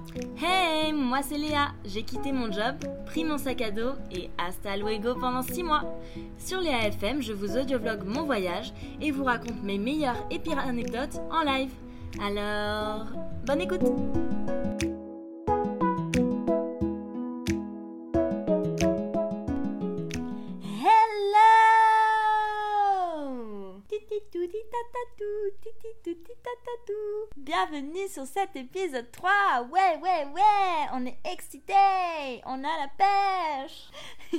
Hey, moi c'est Léa. J'ai quitté mon job, pris mon sac à dos et hasta luego pendant 6 mois. Sur Léa FM, je vous audiovlogue mon voyage et vous raconte mes meilleures et pires anecdotes en live. Alors, bonne écoute. Bienvenue sur cet épisode 3. Ouais, on est excités. On a la pêche.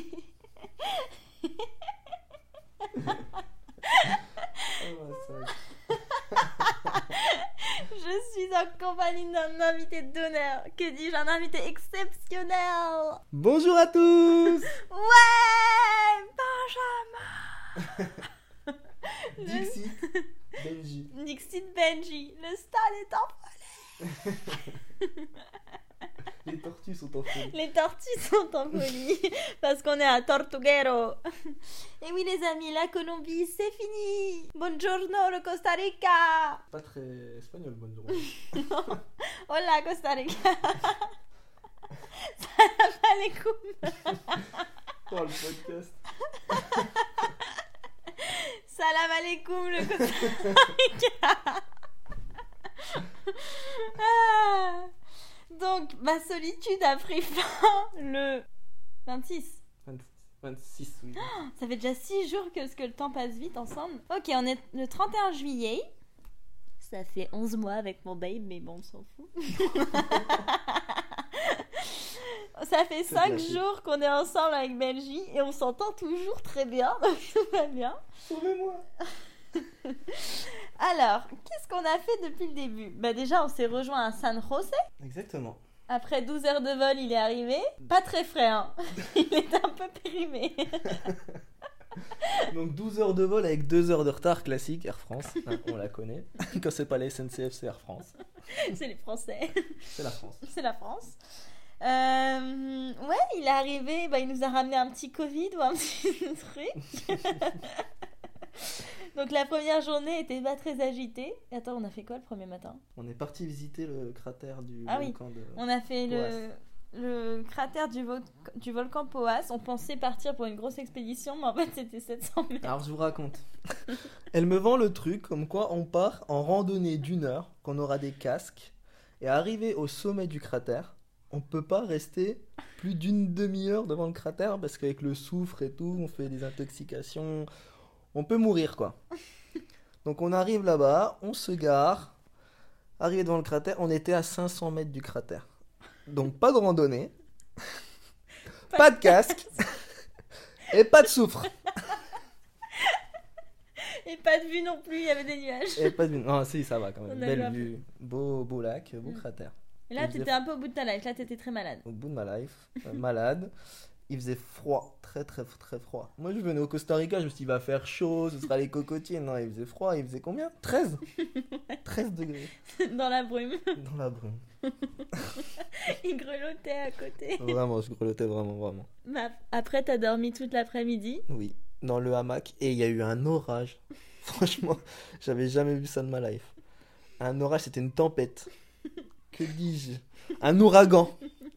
Je suis en compagnie d'un invité d'honneur. Que dis-je, un invité exceptionnel. Bonjour à tous. Ouais, Benjamin. Dixit Benji. Dixit Benji. Le stade est en folie. Les tortues sont en folie. Les tortues sont en folie parce qu'on est à Tortuguero. Et oui les amis, la Colombie c'est fini. Buongiorno le Costa Rica. Pas très espagnol, bonjour. Non. Hola Costa Rica. Salam alaikum. Oh le podcast. Salam alaikum le Costa Rica. Donc, ma solitude a pris fin le 26. 26, oui. Ça fait déjà 6 jours que le temps passe vite ensemble. Ok, on est le 31 juillet. Ça fait 11 mois avec mon babe, mais bon, on s'en fout. Ça fait 5 jours qu'on est ensemble avec Benji et on s'entend toujours très bien, donc tout va bien. Sauvez-moi. Alors, qu'est-ce qu'on a fait depuis le début ? Bah déjà, on s'est rejoint à San José. Exactement. Après 12 heures de vol, il est arrivé. Pas très frais, hein. Il était un peu périmé. Donc 12 heures de vol avec 2 heures de retard, classique, Air France. On la connaît. Quand c'est pas la SNCF, c'est Air France. C'est les Français. C'est la France. C'est la France. Ouais, il est arrivé, il nous a ramené un petit Covid ou un petit truc. Donc la première journée était pas très agitée. Attends, on a fait quoi le premier matin ? On est parti visiter le cratère du volcan de... On a fait le cratère du volcan Poas. On pensait partir pour une grosse expédition, mais en fait c'était 700 mètres. Alors je vous raconte. Elle me vend le truc comme quoi on part en randonnée d'1 heure, qu'on aura des casques, et arrivé au sommet du cratère, on peut pas rester plus d'une demi-heure devant le cratère parce qu'avec le soufre et tout, on fait des intoxications, on peut mourir quoi. Donc on arrive là-bas, on se gare, arrivé devant le cratère, on était à 500 mètres du cratère. Donc pas de randonnée, pas de casque et pas de soufre. Et pas de vue non plus, il y avait des nuages. Et pas de vue, non si ça va quand même, belle vue, beau lac, beau cratère. Et là, t'étais un peu au bout de ta life. Là, t'étais très malade. Au bout de ma life, malade. Il faisait froid, très très très froid. Moi, je venais au Costa Rica, je me suis dit, il va faire chaud, ce sera les cocotiers. Non, il faisait froid, il faisait combien ? 13 13 degrés. Dans la brume. Dans la brume. Il grelottait à côté. Vraiment, je grelottais vraiment. Après, t'as dormi toute l'après-midi ? Oui, dans le hamac. Et il y a eu un orage. Franchement, j'avais jamais vu ça de ma life. Un orage, c'était une tempête. Que dis-je ? Un ouragan.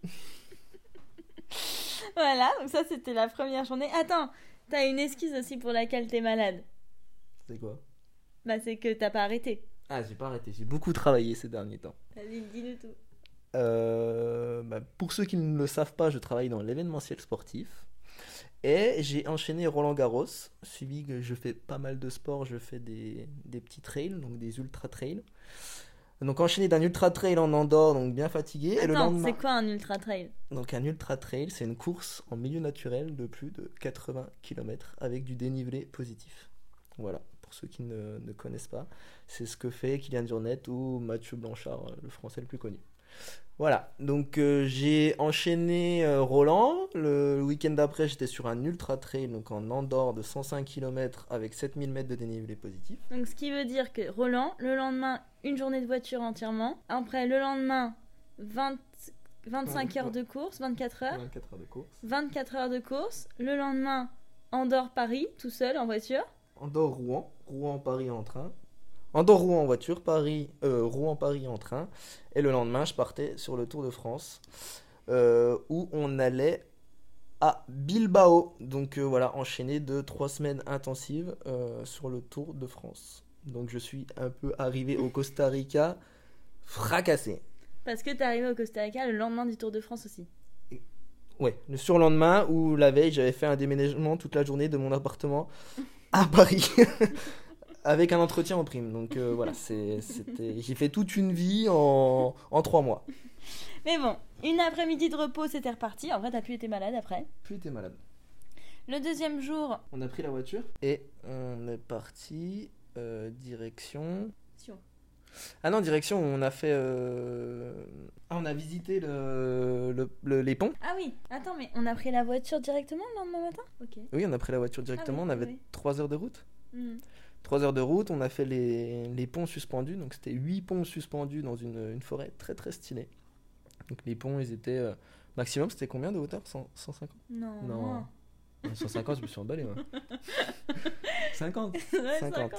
Voilà, donc ça c'était la première journée. Attends, t'as une excuse aussi pour laquelle t'es malade. C'est quoi ? C'est que t'as pas arrêté. Ah, j'ai pas arrêté, j'ai beaucoup travaillé ces derniers temps. Vas-y, dis-nous tout. Pour ceux qui ne le savent pas, je travaille dans l'événementiel sportif. Et j'ai enchaîné Roland Garros, suivi que je fais pas mal de sport, je fais des petits trails, donc des ultra trails. Donc enchaîné d'un ultra trail en Andorre, donc bien fatigué. Attends, et le lendemain... c'est quoi un ultra trail ? Donc un ultra trail, c'est une course en milieu naturel de plus de 80 km avec du dénivelé positif. Voilà, pour ceux qui ne connaissent pas, c'est ce que fait Kylian Jornet ou Mathieu Blanchard, le français le plus connu. Voilà, donc j'ai enchaîné Roland. Le week-end d'après, j'étais sur un ultra trail, donc en Andorre de 105 km avec 7000 mètres de dénivelé positif. Donc ce qui veut dire que Roland, le lendemain, une journée de voiture entièrement. Après, le lendemain, 25 heures de course, 24 heures. 24 heures de course. 24 heures de course. Le lendemain, Andorre-Paris, tout seul, en voiture. Andorre-Rouen, Rouen-Paris en train. Andorre-Rouen en voiture, Rouen-Paris en train. Et le lendemain, je partais sur le Tour de France, où on allait à Bilbao. Donc voilà, enchaîné de 3 semaines intensives sur le Tour de France. Donc je suis un peu arrivé au Costa Rica fracassé. Parce que t'es arrivé au Costa Rica le lendemain du Tour de France aussi. Ouais, le surlendemain ou la veille, j'avais fait un déménagement toute la journée de mon appartement à Paris. Avec un entretien en prime. Donc voilà, j'ai fait toute une vie en 3 mois. Mais bon, une après-midi de repos, c'était reparti. En vrai, t'as plus été malade après. Plus été malade. Le deuxième jour... On a pris la voiture et on est parti direction... Ah non, direction, on a fait... on a visité les ponts. Ah oui, attends, mais on a pris la voiture directement le lendemain matin ? Ok. Oui, on a pris la voiture directement, oui, on avait oui. 3 heures de route. 3 3 heures de route, on a fait les ponts suspendus. Donc c'était 8 ponts suspendus dans une forêt très très stylée. Donc les ponts, ils étaient... maximum, c'était combien de hauteur ? 150 ? Non. Non. 150, je me suis emballé, moi. 50. Ouais, 50.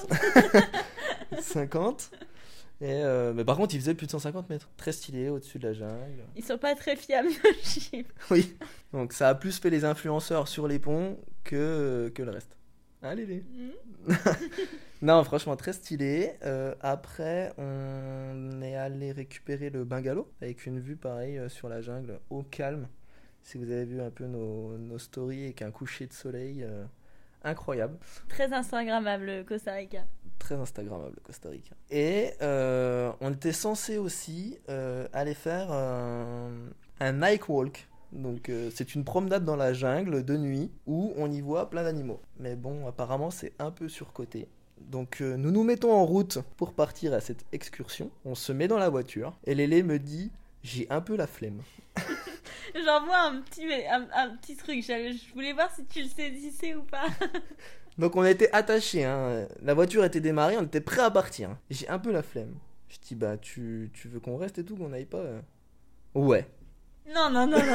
50. Et mais par contre, il faisait plus de 150 mètres. Très stylé, au-dessus de la jungle. Ils sont pas très fiables, nos chiffres. Oui. Donc ça a plus fait les influenceurs sur les ponts que le reste. Allez. Non, franchement, très stylé. Après, on est allé récupérer le bungalow avec une vue pareille sur la jungle au calme. Si vous avez vu un peu nos stories avec un coucher de soleil incroyable. Très instagrammable, le Costa Rica. Très instagrammable, Costa Rica. Et on était censé aussi aller faire un night walk. Donc c'est une promenade dans la jungle de nuit où on y voit plein d'animaux. Mais bon, apparemment c'est un peu surcoté. Donc nous nous mettons en route pour partir à cette excursion. On se met dans la voiture et Lélé me dit « J'ai un peu la flemme ». J'envoie un petit truc. Je voulais voir si tu le saisissais ou pas. Donc on était attachés, hein. La voiture était démarrée, on était prêts à partir. J'ai un peu la flemme. Je dis bah tu veux qu'on reste et tout, qu'on n'aille pas Ouais. Non.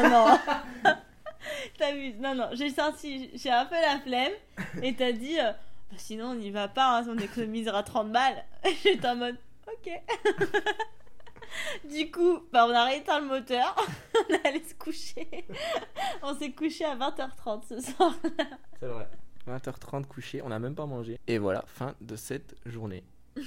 T'as vu ? Non. J'ai senti, j'ai un peu la flemme. Et t'as dit, bah, sinon on n'y va pas, hein, on économisera 30 balles. J'étais en mode, ok. Du coup, bah, on a rééteint le moteur. On est allé se coucher. On s'est couché à 20h30 ce soir. C'est vrai. 20h30 couché, on n'a même pas mangé. Et voilà, fin de cette journée.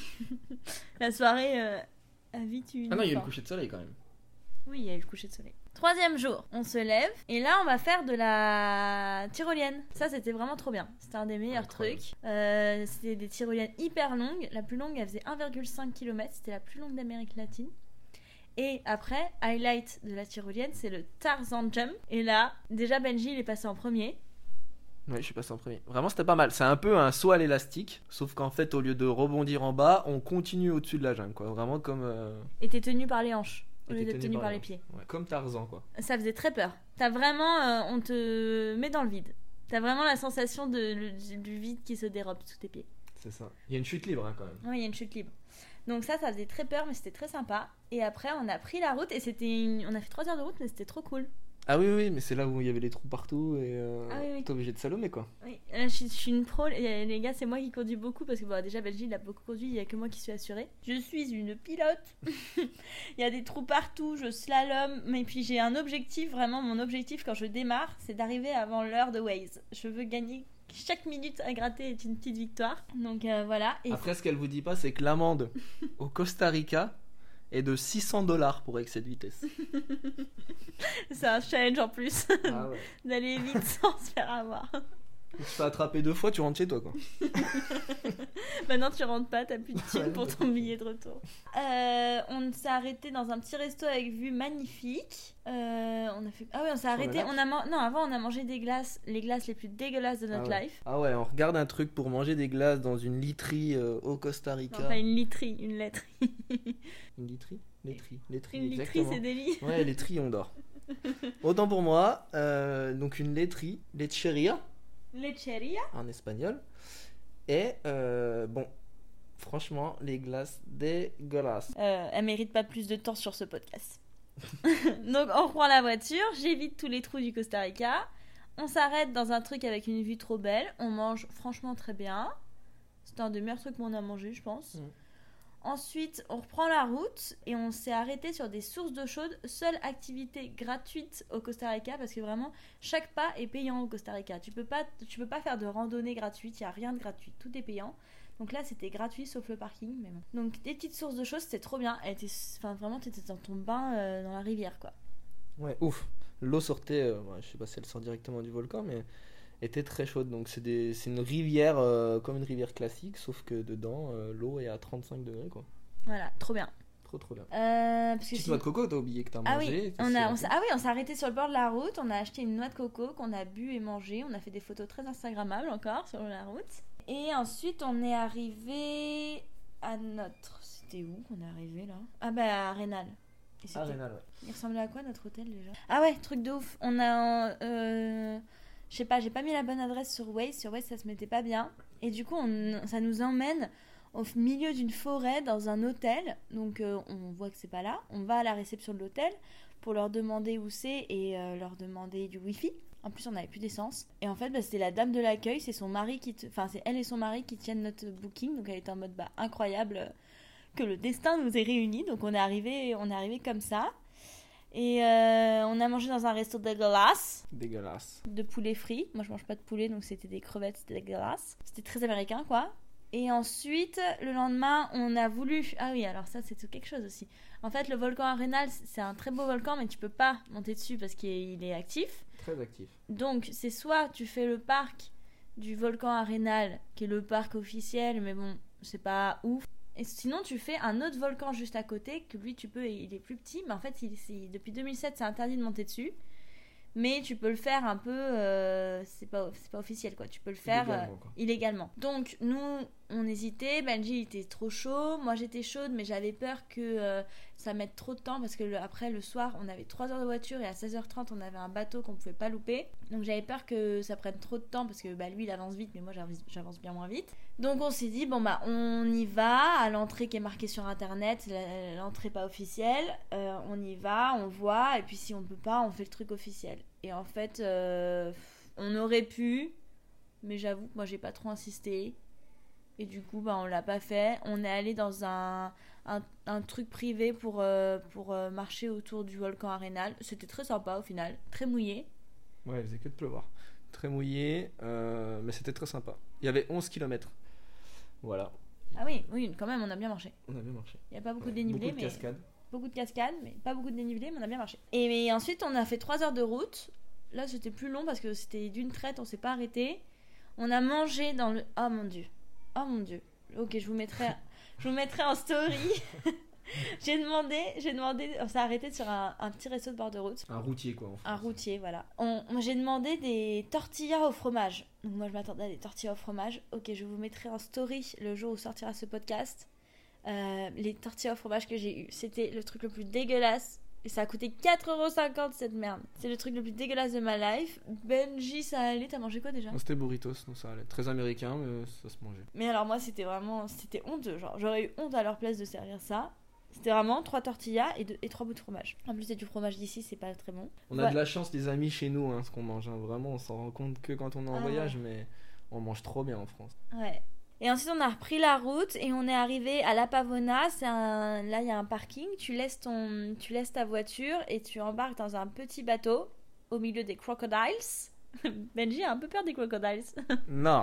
La soirée a vite eu une Ah non, il y a eu fin. le coucher de soleil quand même. Oui, il y a eu le coucher de soleil. 3e jour, on se lève et là on va faire de la tyrolienne. Ça c'était vraiment trop bien. C'était un des meilleurs trucs. C'était des tyroliennes hyper longues. La plus longue elle faisait 1,5 km. C'était la plus longue d'Amérique latine. Et après, highlight de la tyrolienne, c'est le Tarzan Jump. Et là, déjà Benji il est passé en premier. Oui, je suis passé en premier. Vraiment, c'était pas mal. C'est un peu un saut à l'élastique, sauf qu'en fait, au lieu de rebondir en bas, on continue au-dessus de la jungle, quoi. Vraiment comme... Et t'es tenu par les hanches, au lieu d'être tenu par les pieds. Ouais, comme Tarzan, quoi. Ça faisait très peur. T'as vraiment... on te met dans le vide. T'as vraiment la sensation du vide qui se dérobe sous tes pieds. C'est ça. Il y a une chute libre, hein, quand même. Oui, il y a une chute libre. Donc ça faisait très peur, mais c'était très sympa. Et après, on a pris la route, et on a fait 3 heures de route, mais c'était trop cool. Ah oui, mais c'est là où il y avait les trous partout et oui. t'es obligé de salomer, quoi. Oui, là, je suis une pro. Et les gars, c'est moi qui conduis beaucoup parce que bon, déjà, Belgique, il a beaucoup conduit, il n'y a que moi qui suis assurée. Je suis une pilote. Il y a des trous partout, je slalom. Mais puis j'ai un objectif, vraiment, mon objectif quand je démarre, c'est d'arriver avant l'heure de Waze. Je veux gagner. Chaque minute à gratter est une petite victoire. Donc voilà. Et après, ce qu'elle vous dit pas, c'est que l'amende au Costa Rica est de $600 pour excès de vitesse. C'est un challenge en plus. Ah ouais. D'aller vite sans se faire avoir. Tu te fais attraper 2 fois, tu rentres chez toi, quoi. Maintenant tu rentres pas, t'as plus de thunes pour ton billet de retour. On s'est arrêté dans un petit resto avec vue magnifique. On s'est arrêté. Avant on a mangé des glaces, les glaces les plus dégueulasses de notre life. Ah ouais, on regarde un truc pour manger des glaces dans une literie au Costa Rica. Non, pas une literie, une laiterie. Une literie. Laiterie, une literie, exactement. c'est des lits. Ouais, laiterie, on dort. Autant pour moi, donc une laiterie, lecheria. Lecheria En espagnol. Et bon, franchement, les glaces dégueulasses. Elle mérite pas plus de temps sur ce podcast. Donc on reprend la voiture, j'évite tous les trous du Costa Rica. On s'arrête dans un truc avec une vue trop belle. On mange franchement très bien. C'était un des meilleurs trucs qu'on a mangé, je pense. Ensuite, on reprend la route et on s'est arrêté sur des sources d'eau chaude. Seule activité gratuite au Costa Rica parce que vraiment, chaque pas est payant au Costa Rica. Tu peux pas faire de randonnée gratuite, il n'y a rien de gratuit, tout est payant. Donc là, c'était gratuit sauf le parking. Mais bon. Donc des petites sources de chaude, c'était trop bien. Vraiment, t'étais dans ton bain dans la rivière, quoi. Ouais, ouf. L'eau sortait, je sais pas si elle sort directement du volcan, mais était très chaude. Donc c'est une rivière comme une rivière classique, sauf que dedans, l'eau est à 35 degrés, quoi. Voilà, trop bien. Trop bien. Petite noix de coco, t'as oublié que t'as mangé. On s'est arrêté sur le bord de la route, on a acheté une noix de coco qu'on a bu et mangé. On a fait des photos très instagrammables encore sur la route. Et ensuite, on est arrivé à notre... C'était où qu'on est arrivé, là ? Ah bah, à Rénal. Rénal, ouais. Il ressemblait à quoi, notre hôtel, déjà ? Ah ouais, truc de ouf. On a... je sais pas, j'ai pas mis la bonne adresse sur Waze. Sur Waze, ça se mettait pas bien. Et du coup, ça nous emmène au milieu d'une forêt dans un hôtel. Donc, on voit que c'est pas là. On va à la réception de l'hôtel pour leur demander où c'est et leur demander du wifi. En plus, on n'avait plus d'essence. Et en fait, c'était la dame de l'accueil. C'est son mari c'est elle et son mari qui tiennent notre booking. Donc, elle était en mode incroyable que le destin nous ait réunis. Donc, on est arrivé comme ça. Et on a mangé dans un resto dégueulasse. De poulet frit. Moi, je mange pas de poulet, donc c'était des crevettes, c'était dégueulasse. C'était très américain, quoi. Et ensuite, le lendemain, on a voulu... Ah oui, alors ça, c'est quelque chose aussi. En fait, le volcan Arenal, c'est un très beau volcan, mais tu peux pas monter dessus parce qu'il est actif. Très actif. Donc, c'est soit tu fais le parc du volcan Arenal, qui est le parc officiel, mais bon, c'est pas ouf. Et sinon, tu fais un autre volcan juste à côté, que lui, il est plus petit, mais en fait, depuis 2007, c'est interdit de monter dessus. Mais tu peux le faire un peu, c'est pas officiel, quoi. Tu peux le faire illégalement. Donc, nous, on hésitait. Benji, il était trop chaud. Moi, j'étais chaude, mais j'avais peur que ça mette trop de temps parce que après, le soir, on avait 3 heures de voiture et à 16h30, on avait un bateau qu'on pouvait pas louper. Donc, j'avais peur que ça prenne trop de temps parce que lui, il avance vite, mais moi, j'avance bien moins vite. Donc, on s'est dit, on y va à l'entrée qui est marquée sur Internet, l'entrée pas officielle. On y va, on voit, et puis si on peut pas, on fait le truc officiel. Et en fait, on aurait pu, mais j'avoue que moi, j'ai pas trop insisté. Et du coup, on l'a pas fait. On est allé dans un truc privé pour marcher autour du volcan Arenal. C'était très sympa au final, très mouillé. Ouais, il faisait que de pleuvoir. Très mouillé, mais c'était très sympa. Il y avait 11 km. Voilà. Ah oui, quand même, on a bien marché. On a bien marché. Il n'y a pas beaucoup de dénivelé, mais... Beaucoup de cascades, mais pas beaucoup de dénivelé, mais on a bien marché. Et ensuite, on a fait 3 heures de route. Là, c'était plus long parce que c'était d'une traite, on s'est pas arrêté. On a mangé dans le... Oh mon dieu. Ok, je vous mettrai en story. J'ai demandé, on s'est arrêté sur un petit resto de bord de route. Un routier, quoi. Un routier, voilà. J'ai demandé des tortillas au fromage. Donc moi, je m'attendais à des tortillas au fromage. Ok, je vous mettrai en story le jour où sortira ce podcast. Les tortillas au fromage que j'ai eu, c'était le truc le plus dégueulasse. Et ça a coûté 4,50€ cette merde. C'est le truc le plus dégueulasse de ma life. Benji, ça allait. T'as mangé quoi déjà ? C'était burritos, donc ça allait. Très américain, mais ça se mangeait. Mais alors moi, c'était honteux. Genre, j'aurais eu honte à leur place de servir ça. C'était vraiment 3 tortillas et 3 bouts de fromage. En plus, c'est du fromage d'ici, c'est pas très bon. On a de la chance, les amis, chez nous, ce qu'on mange. Vraiment, on s'en rend compte que quand on est en voyage, mais on mange trop bien en France. Ouais. Et ensuite, on a repris la route et on est arrivé à La Pavona. Là, il y a un parking. Tu laisses ta voiture et tu embarques dans un petit bateau au milieu des crocodiles. Benji a un peu peur des crocodiles. Non.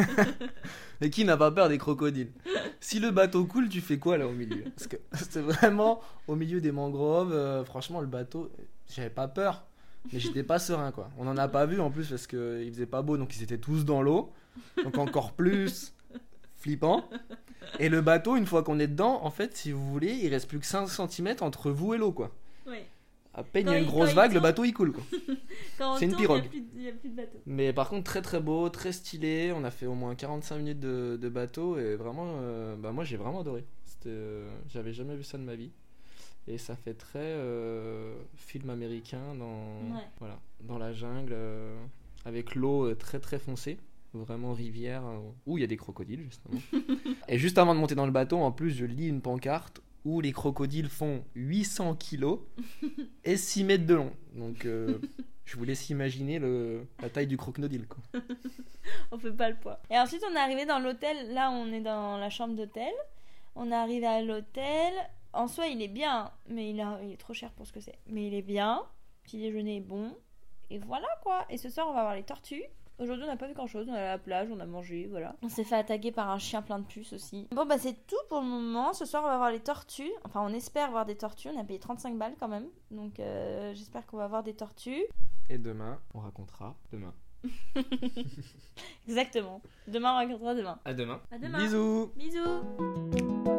Mais qui n'a pas peur des crocodiles ? Si le bateau coule, tu fais quoi là au milieu ? Parce que c'était vraiment au milieu des mangroves. Franchement, le bateau, j'avais pas peur. Mais j'étais pas serein, quoi. On en a pas vu en plus parce qu'il faisait pas beau, donc ils étaient tous dans l'eau. Donc encore plus flippant. Et le bateau, une fois qu'on est dedans, en fait, si vous voulez, il reste plus que 5 cm entre vous et l'eau, quoi. Oui. À peine il y a une grosse vague, le bateau il coule, quoi. C'est une pirogue. Il n'y a plus de bateau. Mais par contre, très très beau, très stylé. On a fait au moins 45 minutes de bateau et vraiment, moi j'ai vraiment adoré. J'avais jamais vu ça de ma vie. Et ça fait très film américain dans la jungle, avec l'eau très très foncée. Vraiment rivière, où il y a des crocodiles justement. Et juste avant de monter dans le bateau, en plus, je lis une pancarte où les crocodiles font 800 kilos et 6 mètres de long. Donc, je vous laisse imaginer la taille du crocodile, quoi. On fait pas le poids. Et ensuite, on est arrivé dans l'hôtel. Là, on est dans la chambre d'hôtel. On est arrivé à l'hôtel. En soi, il est bien, mais il est trop cher pour ce que c'est. Mais il est bien. Petit déjeuner est bon. Et voilà quoi. Et ce soir, on va voir les tortues. Aujourd'hui, on n'a pas vu grand chose. On est allé à la plage, on a mangé, voilà. On s'est fait attaquer par un chien plein de puces aussi. Bon, bah, c'est tout pour le moment. Ce soir, on va voir les tortues. Enfin, on espère voir des tortues. On a payé 35 balles quand même. Donc, j'espère qu'on va voir des tortues. Et demain, on racontera demain. Exactement. Demain, on racontera demain. À demain. À demain. Bisous. Bisous.